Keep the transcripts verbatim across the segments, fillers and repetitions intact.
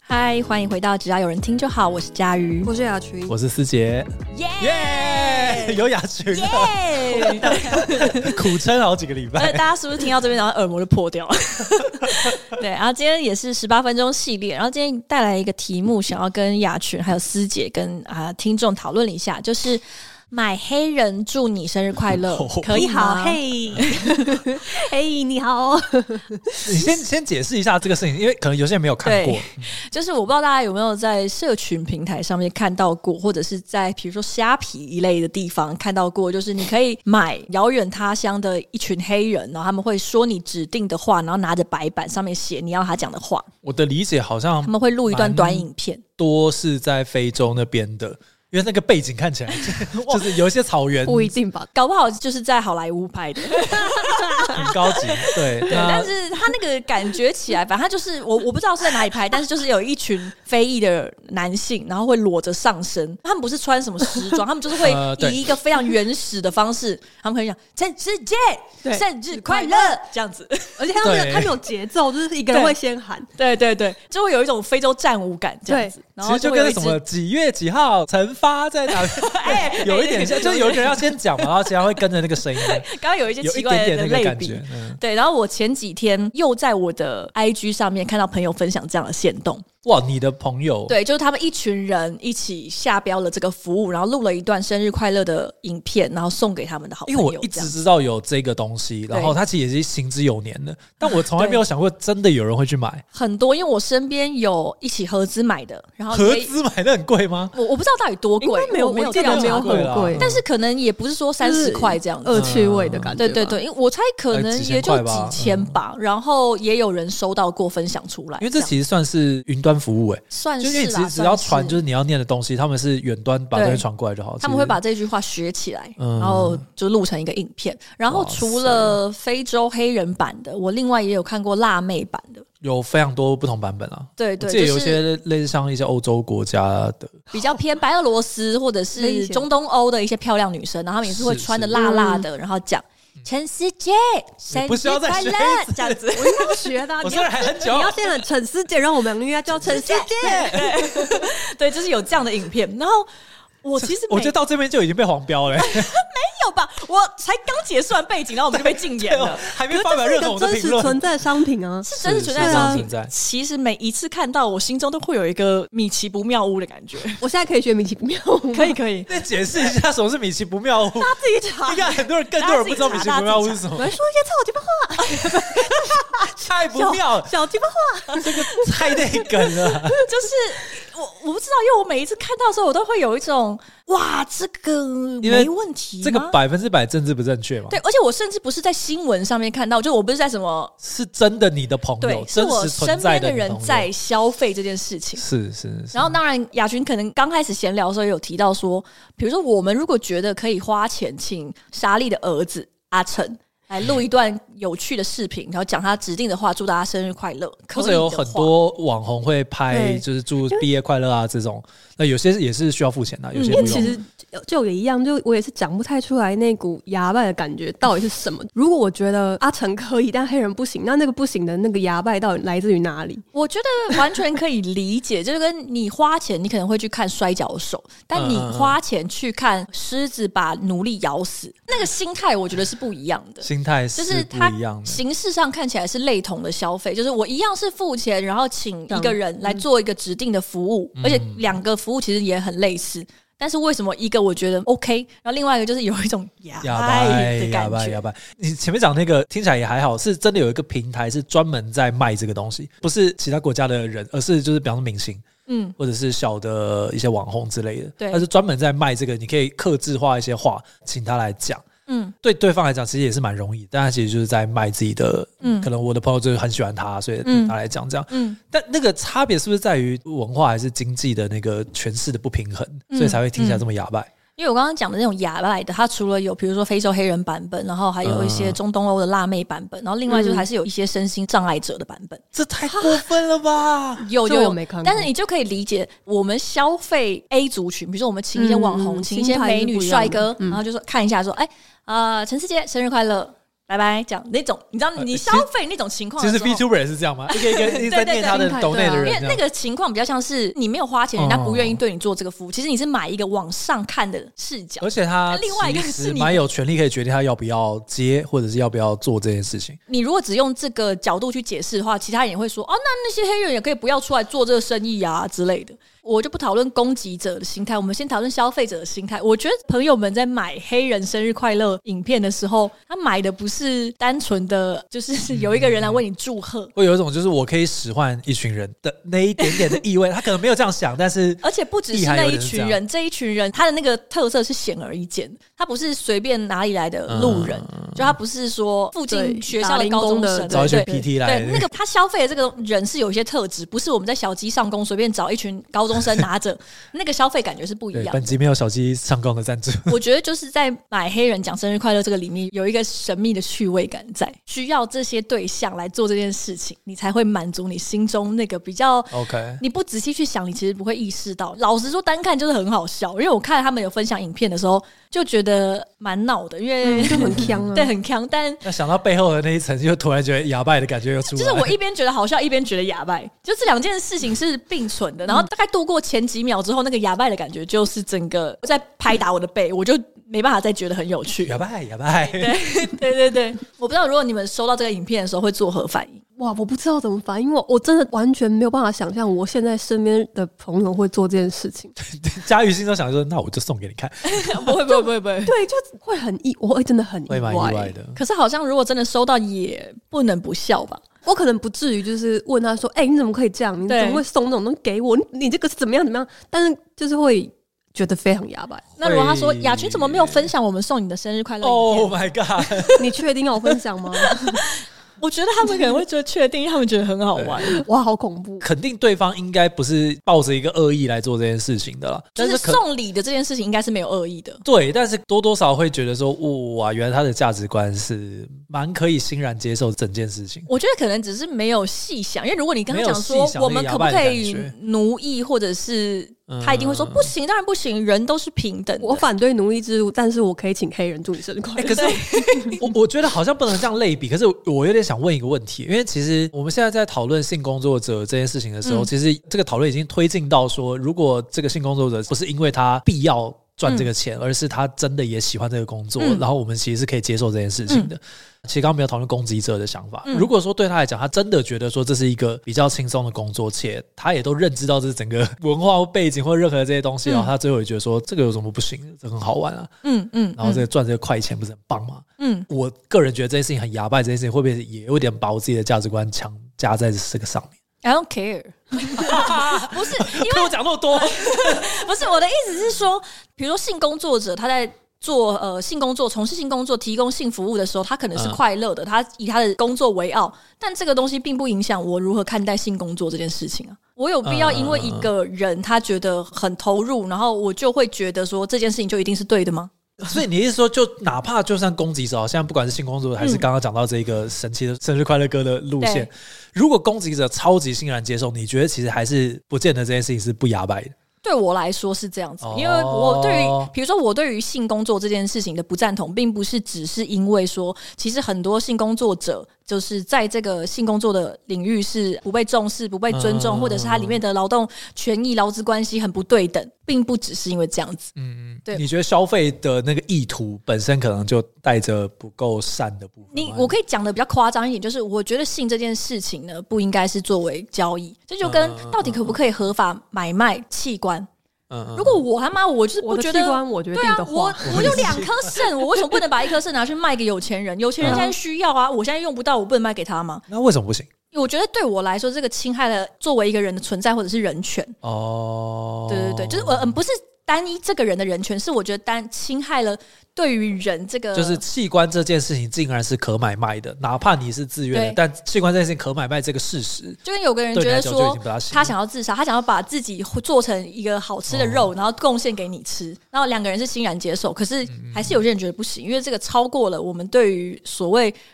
嗨，欢迎回到只要有人听就好，我是佳瑜， 我是雅群， 我是思杰。 耶、 yeah! 有雅群了， yeah! 苦撑好几个礼拜。 大家是不是听到这边然后耳膜就破掉了？对，然后今天也是十八分钟系列，然后今天带来一个题目，想要跟雅群还有思杰跟啊、呃、听众讨论一下，就是买黑人祝你生日快乐， 哦、 可以吗？ 嘿，嘿，你好。 你先先解释一下这个事情，因为可能有些人没有看过。 就是我不知道大家有没有在社群平台上面看到过，或者是在比如说虾皮一类的地方看到过，就是你可以买遥远他乡的一群黑人，然后他们会说你指定的话，然后拿着白板上面写你要他讲的话。 我的理解好像他们会录一段短影片， 多是在非洲那边的。因为那个背景看起来就是有一些草原， 不一定吧， 搞不好就是在好莱坞拍的， 很高级。对， 对，但是他那个感觉起来，反正他就是我我不知道是在哪里拍，但是就是有一群非裔的男性，然后会裸着上身，他们不是穿什么时装，他们就是会以一个非常原始的方式，他们可以讲陈世杰生日快乐这样子， 而且他们他们有节奏，就是一个人会先喊， 对对对，就会有一种非洲战舞感这样子。然后其实就跟什么几月几号陈发在哪里有一点像，就是有一个人要先讲嘛，然后其他会跟着那个声音。 刚刚有一些奇怪的类比， 嗯、 对。然后我前几天又在我的 I G 上面看到朋友分享这样的限动。 哇，你的朋友对，就是他们一群人一起下标了这个服务，然后录了一段生日快乐的影片，然后送给他们的好朋友。 因为我一直知道有这个东西，然后它其实也是行之有年的，但我从来没有想过真的有人会去买。 很多，因为我身边有一起合资买的，然后合资买的很贵吗？ 我我不知道到底多贵， 没有我没有记得没有很贵， 但是可能也不是说三十块这样子， 恶趣味的感觉。 对对对，因为我猜可能也就几千吧，嗯、然后也有人收到过分享出来， 因为这其实算是云端服务哎、欸。 算是就因为只只要传就是你要念的东西，他们是远端把东西传过来就好。 他们会把这句话学起来，嗯、然后就录成一个影片。然后除了非洲黑人版的，我另外也有看过辣妹版的， 有非常多不同版本啊。 对对， 这有一些类似像一些欧洲国家的， 比较偏白俄罗斯或者是中东欧的一些漂亮女生，然后他们也是会穿的辣辣的，然后讲。陈思杰生日快乐，这样子我应该要学的、啊。 我虽然还很久， 你要先喊陈思杰，让我们应该叫陈思杰。 对, 对，就是有这样的影片。然后我其实我觉得到这边就已经被黄标了、欸。 没有吧？我才刚结束完背景，然后我们就被禁言了， 还没发表任何的评论。 真实存在的商品啊， 是真实存在的商品。其实每一次看到，我心中都会有一个米奇不妙屋的感觉。 我现在可以学米奇不妙屋， 可以可以。 再解释一下什么是米奇不妙屋？ 大家自己查。 应该很多人更多人不知道米奇不妙屋是什么。 我来说一些超鸡巴话， 太不妙了， 小鸡巴话， 这个太内梗了。 就是我我不知道，因为我每一次看到的时候，我都会有一种哇，这个没问题吗？ 这个百分之百政治不正确嘛？ 对，而且我甚至不是在新闻上面看到，就我不是在什么， 是真的你的朋友， 对，是我身边的人在消费这件事情。 是是是。 然后当然，雅群可能刚开始闲聊的时候有提到说，比如说我们如果觉得可以花钱请莎莉的儿子阿成来录一段有趣的视频，然后讲他指定的话，祝大家生日快乐。 或者有很多网红会拍，就是祝毕业快乐啊这种。那有些也是需要付钱的、啊，有些不用。 其实就也一样，就我也是讲不太出来那股牙拜的感觉到底是什么。如果我觉得阿成可以，但黑人不行，那那个不行的那个牙拜到底来自于哪里？ 我觉得完全可以理解，就是跟你花钱，你可能会去看摔跤手，但你花钱去看狮子把奴隶咬死，那个心态我觉得是不一样的。 心态是不一样的， 就是它形式上看起来是类同的消费，就是我一样是付钱，然后请一个人来做一个指定的服务，嗯、而且两个服务其实也很类似。但是为什么一个我觉得 OK， 然后另外一个就是有一种哑巴的感觉。哑巴， 你前面讲那个听起来也还好，是真的有一个平台是专门在卖这个东西，不是其他国家的人，而是就是比方说明星，嗯，或者是小的一些网红之类的，对，他是专门在卖这个，你可以客制化一些话，请他来讲。嗯，对对方来讲其实也是蛮容易，但他其实就是在卖自己的，嗯，可能我的朋友就是很喜欢他，所以拿来讲这样，嗯，但那个差别是不是在于文化还是经济的那个诠释的不平衡，嗯、所以才会听起来这么哑巴？ 因为我刚刚讲的那种哑巴的，它除了有比如说非洲黑人版本，然后还有一些中东欧的辣妹版本，然后另外就是还是有一些身心障碍者的版本。嗯、 这太过分了吧？ 有有有， 但是你就可以理解，我们消费 A 族群，比如说我们请一些网红，嗯、请一些美女帅哥，嗯、然后就说看一下说，哎。啊，陈思杰生日快乐！ 拜拜，这样那种，你知道你消费那种情况， 其实 VTuber 也是这样吗？一个一个一直在念他的抖内的人， 因为那个情况比较像是你没有花钱，人家不愿意对你做这个服务，其实你是买一个往上看的视角， 而且他另外一个是你蛮有权利可以决定他要不要接，或者是要不要做这件事情。 你如果只用这个角度去解释的话，其他人也会说哦，那那些黑人也可以不要出来做这个生意啊之类的。我就不讨论攻击者的心态，我们先讨论消费者的心态。我觉得朋友们在买黑人生日快乐影片的时候，他买的不是单纯的就是有一个人来为你祝贺， 会有一种就是我可以使唤一群人的那一点点的意味。他可能没有这样想，但是而且不只是那一群人，这一群人他的那个特色是显而易见，他不是随便哪里来的路人，嗯、就他不是说附近学校的高中生找一群 P T 来的， 对，那个他消费的这个人是有一些特质，不是我们在小鸡上工随便找一群高中生拿着那个消费感觉是不一样的。 本集没有小鸡上工的赞助。 我觉得就是在买黑人讲生日快乐这个里面有一个神秘的趣味感在，需要这些对象来做这件事情，你才会满足你心中那个比较 OK。 你不仔细去想，你其实不会意识到。老实说，单看就是很好笑，因为我看他们有分享影片的时候，就觉得蛮闹的，因为、 嗯、就很呛啊， 对，很呛。但那想到背后的那一层，就突然觉得哑巴的感觉又出来。 就是我一边觉得好笑，一边觉得哑巴，就这两件事情是并存的。然后大概度过前几秒之后，那个哑巴的感觉就是整个在拍打我的背，我就没办法再觉得很有趣。 哑巴，哑巴。 对对对对，我不知道如果你们收到这个影片的时候会作何反应。 哇，我不知道怎么反应，我我真的完全没有办法想象我现在身边的朋友会做这件事情。 嘉瑜心中想说，那我就送给你看。 不会不会不会不会， 对，就会很意，我会真的很意外， 会蛮意外的。 可是好像如果真的收到，也不能不笑吧。 我可能不至于就是问他说，哎、欸，你怎么可以这样？你怎么会送那种东西给我？你这个是怎么样怎么样？但是就是会觉得非常哑巴。 那如果他说雅群怎么没有分享我们送你的生日快乐影片 ？Oh my god！ 你确定要我分享吗？ 我觉得他们可能会觉得确定，因为他们觉得很好玩。 哇，好恐怖！ 肯定对方应该不是抱着一个恶意来做这件事情的啦。 就是送礼的这件事情应该是没有恶意的。 对，但是多多少少会觉得说，哇，原来他的价值观是蛮可以欣然接受整件事情。 我觉得可能只是没有细想，因为如果你跟他讲说，我们可不可以奴役，或者是他一定会说不行，当然不行，人都是平等的。 我反对奴役制度，但是我可以请黑人祝你生日快乐。 欸、可是我我觉得好像不能这样类比。可是我有点想问一个问题，因为其实我们现在在讨论性工作者这件事情的时候，嗯、其实这个讨论已经推进到说，如果这个性工作者不是因为他必要赚这个钱、嗯、而是他真的也喜欢这个工作、嗯、然后我们其实是可以接受这件事情的、嗯、其实刚刚没有讨论攻击者的想法、嗯、如果说对他来讲他真的觉得说这是一个比较轻松的工作，且他也都认知到这整个文化或背景或任何这些东西、嗯、然后他最后也觉得说这个有什么不行，这很好玩啊，嗯嗯，然后这个赚这个快钱不是很棒吗？嗯，我个人觉得这件事情很哑巴，这件事情会不会也有点把我自己的价值观强加在这个上面 ？I don't care 不是因为我讲那么多不是，我的意思是说，比如说性工作者他在做呃性工作从事性工作提供性服务的时候，他可能是快乐的、嗯、他以他的工作为傲，但这个东西并不影响我如何看待性工作这件事情啊。我有必要因为一个人他觉得很投入，然后我就会觉得说这件事情就一定是对的吗？ 所以你意思说，就哪怕就算攻击者，现在不管是性工作者还是刚刚讲到这个神奇的生日快乐歌的路线、嗯、如果攻击者超级欣然接受，你觉得其实还是不见得这件事情是不哑巴的？ 对我来说是这样子，因为我对于比如说我对于性工作这件事情的不赞同，并不是只是因为说其实很多性工作者就是在这个性工作的领域是不被重视、不被尊重、嗯、或者是它里面的劳动权益、劳资关系很不对等，并不只是因为这样子。嗯，对。你觉得消费的那个意图本身可能就带着不够善的部分？ 你我可以讲的比较夸张一点，就是我觉得性这件事情呢，不应该是作为交易，这就跟到底可不可以合法买卖器官。嗯、如果我他妈我就是不觉得， 我决定的话， 对啊，我我有两颗肾，我为什么不能把一颗肾拿去卖给有钱人？有钱人现在需要啊，我现在用不到，我不能卖给他吗？ 那为什么不行？ 我觉得对我来说，这个侵害了作为一个人的存在或者是人权。哦，对对对，就是我嗯，不是单一这个人的人权，是我觉得单侵害了对于人这个， 就是器官这件事情竟然是可买卖的，哪怕你是自愿的，但器官这件事情可买卖这个事实， 就跟有个人觉得说他想要自杀，他想要把自己做成一个好吃的肉，哦、然后贡献给你吃，然后两个人是欣然接受，可是还是有些人觉得不行，因为这个超过了我们对于所谓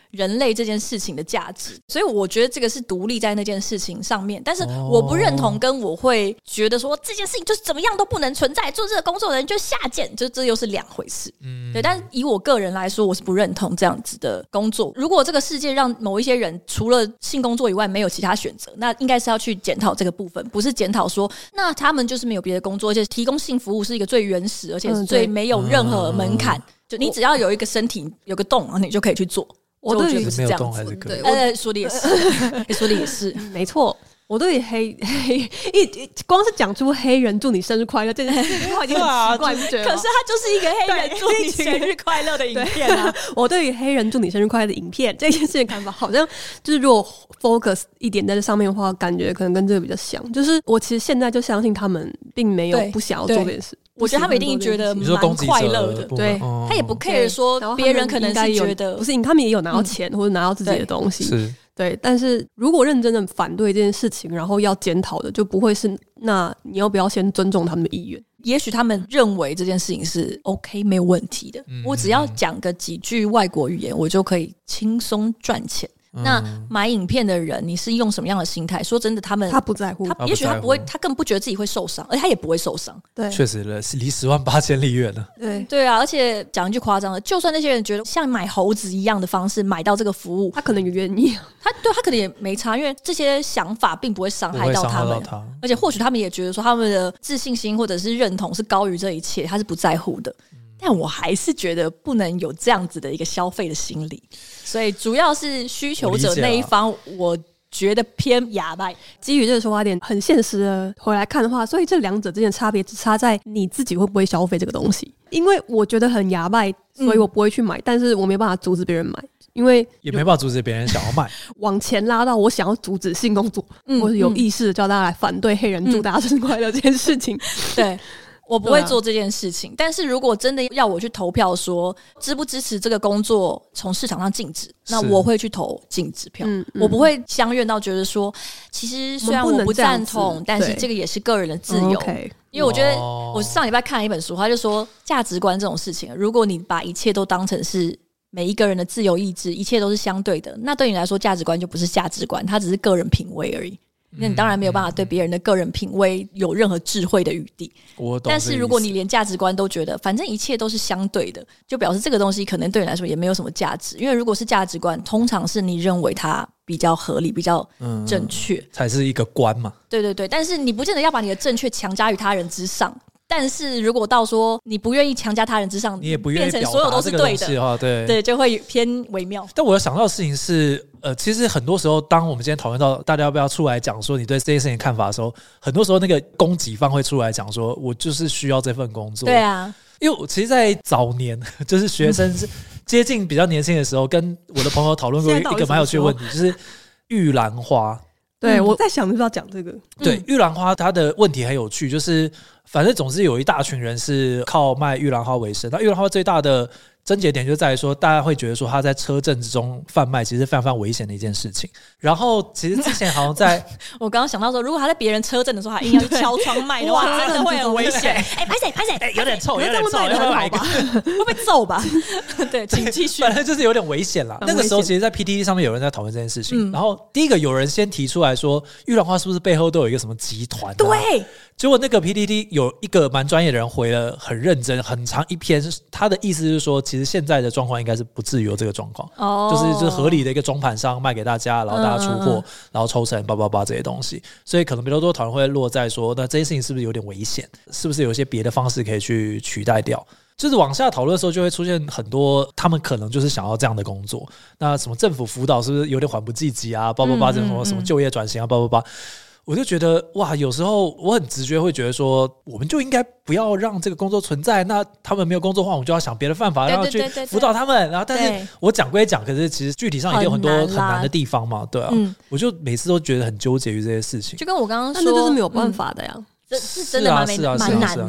人类这件事情的价值，所以我觉得这个是独立在那件事情上面。但是我不认同，跟我会觉得说这件事情就是怎么样都不能存在，做这个工作的人就下贱，就这又是两回事。嗯，对。但以我个人来说，我是不认同这样子的工作。如果这个世界让某一些人除了性工作以外没有其他选择，那应该是要去检讨这个部分，不是检讨说那他们就是没有别的工作，而且提供性服务是一个最原始而且最没有任何门槛。嗯就你只要有一个身体有个洞，你就可以去做。 我对于没有洞还是可以。 呃，说的也是，说的也是， 没错。我对于黑黑一光是讲出黑人祝你生日快乐这件事情，我已经很习惯，可是它就是一个黑人祝你生日快乐的影片啊。 我对于黑人祝你生日快乐的影片这件事情看法，好像就是如果 focus 一点在这上面的话，感觉可能跟这个比较像。就是我其实现在就相信他们并没有不想要做这件事。 我觉得他们一定觉得蛮快乐的，对、哦、他也不 care 说别人可能是觉得不是，他们也有拿到钱、嗯、或者拿到自己的东西， 是对。但是如果认真的反对这件事情，然后要检讨的，就不会是那你要不要先尊重他们的意愿？ 也许他们认为这件事情是 OK 没有问题的，嗯、我只要讲个几句外国语言，我就可以轻松赚钱。那买影片的人，你是用什么样的心态？说真的，他们他不在乎， 他也许他不会，他根本不觉得自己会受伤，而且他也不会受伤。 对， 确实了，离十万八千里远了。 对对啊，而且讲一句夸张的，就算那些人觉得像买猴子一样的方式买到这个服务， 他可能也愿意， 他对他可能也没差，因为这些想法并不会伤害到他们， 他而且或许他们也觉得说他们的自信心或者是认同是高于这一切，他是不在乎的。但我还是觉得不能有这样子的一个消费的心理，所以主要是需求者那一方，我觉得偏哑巴。 基于这个出发点，很现实的回来看的话，所以这两者之间的差别只差在你自己会不会消费这个东西。因为我觉得很哑巴，所以我不会去买，嗯、但是我没办法阻止别人买，因为也没办法阻止别人想要买。 往前拉到我想要阻止性工作，嗯、或是有意识的叫大家来反对黑人祝大家生日快乐这件事情， 嗯、对。我不会做这件事情、啊、但是如果真的要我去投票说支不支持这个工作从市场上禁止，那我会去投禁止票、嗯嗯、我不会相怨到觉得说其实虽然我不赞同，但是这个也是个人的自由、哦 okay、因为我觉得我上礼拜看了一本书，他就说价值观这种事情，如果你把一切都当成是每一个人的自由意志，一切都是相对的，那对你来说价值观就不是价值观，它只是个人品味而已。那你当然没有办法对别人的个人品味有任何智慧的余地。 我懂。 但是如果你连价值观都觉得反正一切都是相对的，就表示这个东西可能对你来说也没有什么价值。因为如果是价值观，通常是你认为它比较合理、比较正确、嗯、 才是一个观嘛。 对对对，但是你不见得要把你的正确强加于他人之上。但是如果到说你不愿意强加他人之上， 你也不愿意变成所有都是对的的话，对对，就会偏微妙。 但我有想到的事情是，呃，其实很多时候，当我们今天讨论到大家要不要出来讲说你对这件事情的看法的时候，很多时候那个供给方会出来讲说，我就是需要这份工作。 对啊， 因为我其实，在早年就是学生接近比较年轻的时候，跟我的朋友讨论过一个蛮有趣的问题，就是玉兰花。 对，我在想是不是要讲这个。 对，玉兰花它的问题很有趣，就是反正总之有一大群人是靠卖玉兰花为生。那玉兰花最大的症结点就在于说，大家会觉得说它在车阵之中贩卖其实是非常非常危险的一件事情。然后其实之前好像在我刚刚想到说，如果他在别人车阵的时候还硬要去敲窗卖的话，真的会很危险。哎，拍谁拍谁， 有点臭，有点臭， 要买一个会被揍吧？对，请继续。 反正就是有点危险啦。那个时候其实，在 P T T 上面有人在讨论这件事情。嗯、然后第一个有人先提出来说，玉兰花是不是背后都有一个什么集团、啊？ 对。 结果那个 P T T 有一个蛮专业的人回了很认真很长一篇，他的意思是说，其实现在的状况应该是不至于有这个状况，哦、就是就是合理的一个中盘商卖给大家，然后大家出货，嗯嗯嗯然后抽成叭叭叭这些东西，所以可能比较多讨论会落在说，那这些事情是不是有点危险？是不是有一些别的方式可以去取代掉？就是往下讨论的时候，就会出现很多他们可能就是想要这样的工作。那什么政府辅导是不是有点缓不济急啊？叭叭叭这种什么就业转型啊，叭叭叭。我就觉得哇，有时候我很直觉会觉得说，我们就应该不要让这个工作存在。那他们没有工作的话，我们就要想别的办法，让去辅导他们。然后，但是我讲归讲，可是其实具体上一定有很多很难的地方嘛，对啊。嗯、我就每次都觉得很纠结于这些事情。 就跟我刚刚说， 那就是没有办法的呀， 这、嗯、是真的蛮蛮、啊啊啊、难的。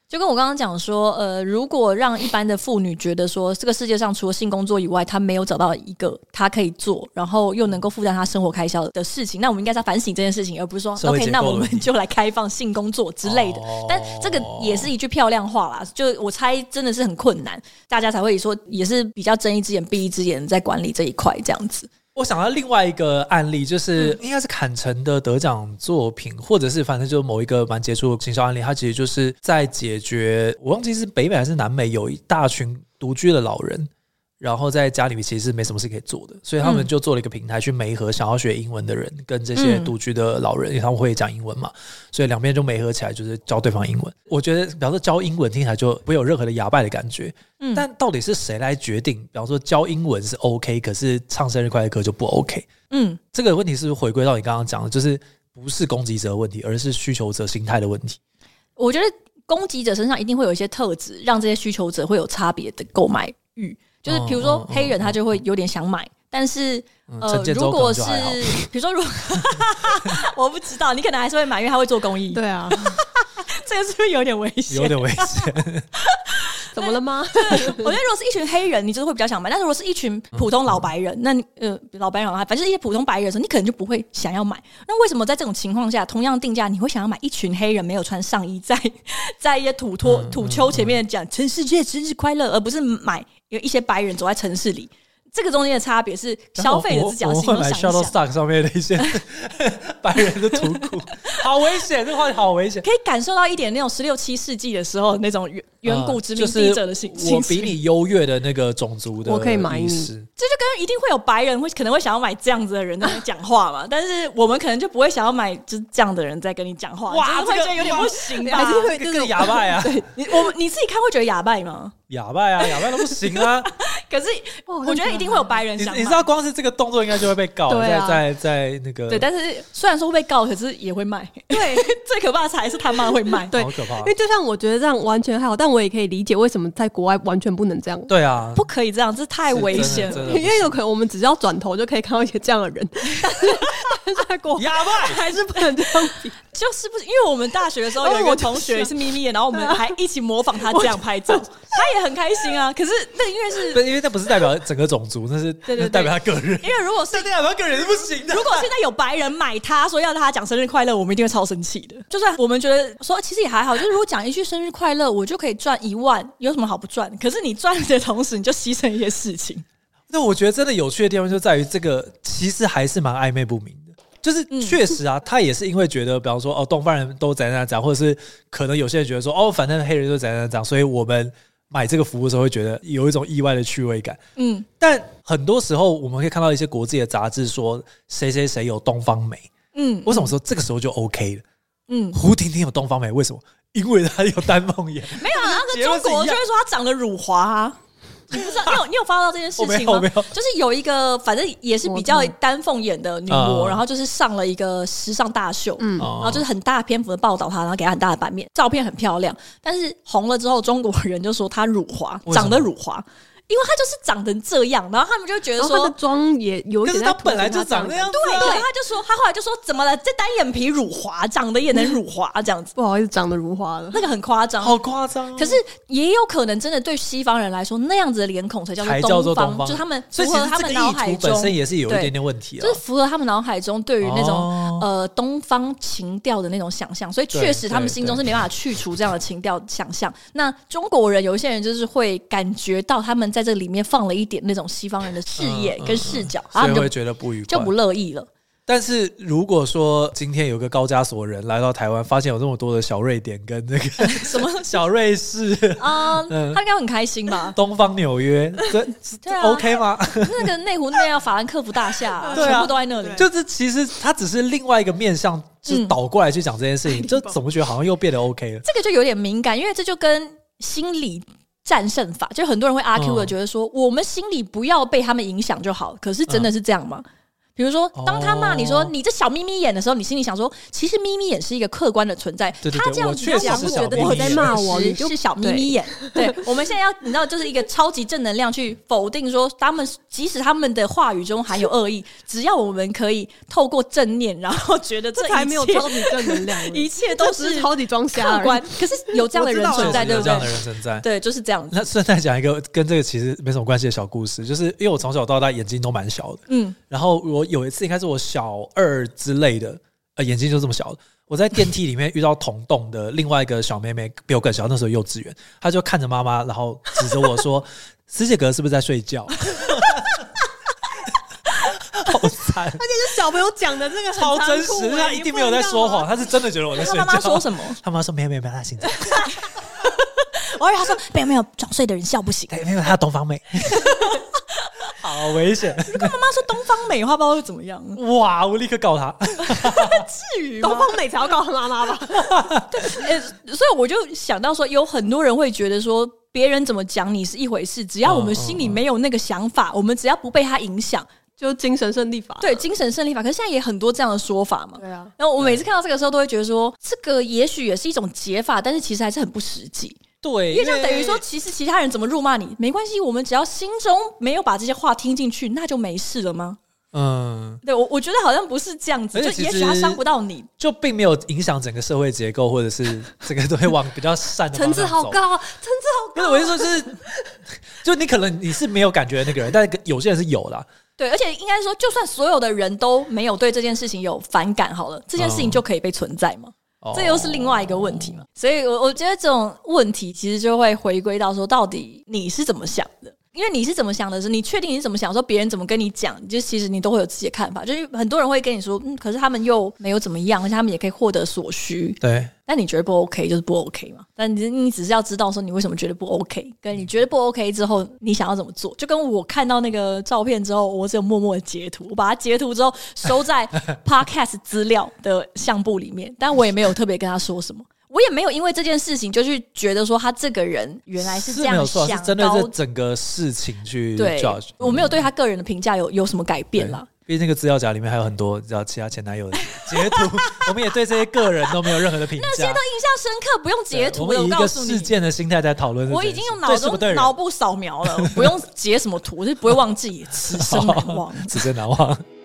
就跟我刚刚讲说，呃，如果让一般的妇女觉得说，这个世界上除了性工作以外，她没有找到一个她可以做，然后又能够负担她生活开销的事情，那我们应该是要反省这件事情，而不是说 OK， 那我们就来开放性工作之类的。哦、但这个也是一句漂亮话啦，就我猜真的是很困难，大家才会说也是比较睁一只眼闭一只眼在管理这一块这样子。 我想到另外一个案例，就是应该是坎城的得奖作品，或者是反正就某一个蛮杰出的行销案例，它其实就是在解决，我忘记是北美还是南美有一大群独居的老人，然后在家里面其实是没什么事可以做的，所以他们就做了一个平台去媒合想要学英文的人跟这些独居的老人，因为他们会讲英文嘛，所以两边就媒合起来，就是教对方英文。我觉得比方说教英文听起来就不会有任何的哑巴的感觉，嗯，但到底是谁来决定？比方说教英文是 OK， 可是唱生日快乐歌就不 OK。嗯，这个问题是不是回归到你刚刚讲的，就是不是供给者的问题，而是需求者心态的问题？ 我觉得供给者身上一定会有一些特质，让这些需求者会有差别的购买欲。就是比如说黑人他就会有点想买，但是呃，如果是比如说如果我不知道，你可能还是会买，因为他会做公益。 对啊， 这个是不是有点危险？ 有点危险。 怎么了吗？ 我觉得如果是一群黑人，你就是会比较想买；但是如果是一群普通老白人，那呃老白人反正一些普通白人的时候，你可能就不会想要买。那为什么在这种情况下，同样定价，你会想要买一群黑人没有穿上衣，在在一些土托土丘前面讲全世界生日快乐，而不是买有一些白人走在城市里？这个中间的差别是消费者自己要心中想一想。 我会买 Shutterstock 上面的一些白人的图库，好危险，这个话题好危险。 可以感受到一点那种十六七世纪的时候那种远古殖民地者的心情、呃就是、 我比你优越的那个种族的， 我可以买你。 这就跟一定会有白人会可能会想要买这样子的人在讲话嘛，但是我们可能就不会想要买就是这样的人在跟你讲话，哇，就是会觉得有点不行吧？ 还是会这个哑巴啊？ 对，你我们你自己看会觉得哑巴吗？ 哑巴啊，哑巴都不行啊！ 可是我觉得一定会有白人想买， 你知道光是这个动作应该就会被告， 对啊、 在在在那个对，但是虽然说会被告，可是也会卖。对，最可怕的才是他妈会卖， 对， 好可怕。 因为就像我觉得这样完全还好，但我也可以理解为什么在国外完全不能这样。 对啊， 不可以这样，这太危险了。 因为有可能我们只要转头就可以看到一些这样的人，但是但是在国外哑巴还是不能这样比。 就是不是因为我们大学的时候有一个同学是咪咪的，然后我们还一起模仿他这样拍照，他也很开心啊。可是那因为是， 因为那不是代表整个种族，那是对对对代表他个人。 因为如果是代表他个人是不行的。 如果现在有白人买他说要他讲生日快乐，我们一定会超生气的。就算我们觉得说其实也还好，就是如果讲一句生日快乐，我就可以赚一万，有什么好不赚？可是你赚的同时，你就牺牲一些事情。 那我觉得真的有趣的地方就在于这个，其实还是蛮暧昧不明的。就是确实啊、嗯，他也是因为觉得，比方说哦，东方人都怎样怎样，或者是可能有些人觉得说哦，反正黑人都怎样怎样，所以我们买这个服务的时候会觉得有一种意外的趣味感。嗯，但很多时候我们可以看到一些国际的杂志说谁谁谁有东方美，嗯，为什么说这个时候就 OK 了？嗯，胡婷婷有东方美，为什么？因为她有丹凤眼。 没有，那个中国就会说她长得辱华、啊。你不知道，你有你有发到这件事情吗？就是有一个，反正也是比较丹凤眼的女模，然后就是上了一个时尚大秀，嗯，然后就是很大篇幅的报道她，然后给她很大的版面，照片很漂亮，但是红了之后，中国人就说她辱华，长得辱华。因为他就是长成这样，然后他们就觉得说他的妆也有点， 可是他本来就长那样子、 啊。对对，他就说他后来就说怎么了？这单眼皮辱华，长得也能辱华这样子。 不好意思，长得辱华了， 那个很夸张， 好夸张、哦。 可是也有可能真的对西方人来说，那样子的脸孔才叫做东方， 叫做东方就是他们符合他们脑海中本身也是有一点点问题、啊， 就是符合他们脑海中对于那种、哦、呃东方情调的那种想象，所以确实他们心中是没办法去除这样的情调想象。那中国人有一些人就是会感觉到他们在这里面放了一点那种西方人的视野跟视角， 嗯嗯嗯、所以会觉得不愉快， 就不乐意了。 但是如果说今天有个高加索人来到台湾，发现有这么多的小瑞典跟那个什么小瑞士啊、嗯，他应该很开心吧？ 东方纽约，这对、啊、 OK 吗？ 那个内湖内要法兰克福大厦、啊，全部都在那里。 就是其实它只是另外一个面向，就是倒过来去讲这件事情，嗯、就怎么觉得好像又变得 OK 了？ 这个就有点敏感，因为这就跟心理战胜法，就很多人会 argue 的觉得说、嗯，我们心里不要被他们影响就好。可是真的是这样吗？ 比如说，当他骂你说、哦、你这小眯眯眼的时候，你心里想说，其实眯眯眼是一个客观的存在。 对对对， 他这样子讲，我觉得我在骂我， 你是小眯眯眼。对，我们现在要你知道，就是一个超级正能量去否定说，他们即使他们的话语中含有恶意，只要我们可以透过正念，然后觉得这一切还没有超级正能量， 一切都是超级装瞎客观。可是有这样的人存在，对不对？ 有这样的人存在， 对，就是这样子。 那顺带讲一个跟这个其实没什么关系的小故事，就是因为我从小到大眼睛都蛮小的，嗯，然后我有一次应该是我小二之类的，呃，眼睛就这么小的。我在电梯里面遇到同栋的另外一个小妹妹，比我更小，那时候幼稚园，她就看着妈妈，然后指着我说：“师姐哥是不是在睡觉？”好惨！而且是小朋友讲的这个很超真实，他一定没有在说谎，他是真的觉得我在睡觉。 他妈妈说什么？ 他妈说：“没有没有没有，他醒着。” 我以为他说：“没有没有，早睡的人笑不醒。” 没有，他东方美。好危险！ 如果妈妈说东方美的话，不知道会怎么样。 哇！我立刻告他。 至于东方美才要告他妈妈吧？ 对、欸，所以我就想到说，有很多人会觉得说，别人怎么讲你是一回事，只要我们心里没有那个想法，嗯嗯嗯我们只要不被他影响。 就精神胜利法， 对，精神胜利法。可是现在也很多这样的说法嘛。 对啊。 然后我每次看到这个时候，都会觉得说，这个也许也是一种解法，但是其实还是很不实际。 对， 因为这样等于说，其实其他人怎么辱骂你没关系，我们只要心中没有把这些话听进去，那就没事了吗？嗯，对，我我觉得好像不是这样子，就也许他伤不到你， 就并没有影响整个社会结构，或者是这个都会往比较善的层次好高啊，层次好高、啊。 不是，我是说，就是就你可能你是没有感觉的那个人，但是有些人是有啦。 对，而且应该说，就算所有的人都没有对这件事情有反感，好了，这件事情就可以被存在吗？哦、这又是另外一个问题嘛。所以我，我觉得这种问题其实就会回归到说，到底你是怎么想的？因为你是怎么想的是，你确定你是怎么想，说别人怎么跟你讲，就其实你都会有自己的看法。就是很多人会跟你说，嗯，可是他们又没有怎么样，而且他们也可以获得所需。 对， 但你觉得不 OK 就是不 OK 嘛？但你你只是要知道说你为什么觉得不 OK， 跟你觉得不 OK 之后你想要怎么做。就跟我看到那个照片之后，我只有默默的截图，我把它截图之后收在 Podcast 资料的相簿里面，但我也没有特别跟他说什么。我也没有因为这件事情就去觉得说他这个人原来是这样想， 是真的是整个事情去 judge。 我没有对他个人的评价有有什么改变啦。 毕竟那个资料夹里面还有很多知道其他前男友的截图，我们也对这些个人都没有任何的评价， 那些都印象深刻，不用截图。 我们以一个事件的心态在讨论， 我已经用脑中脑部扫描了，不用截什么图，就不会忘记，此生难忘， 此生难忘。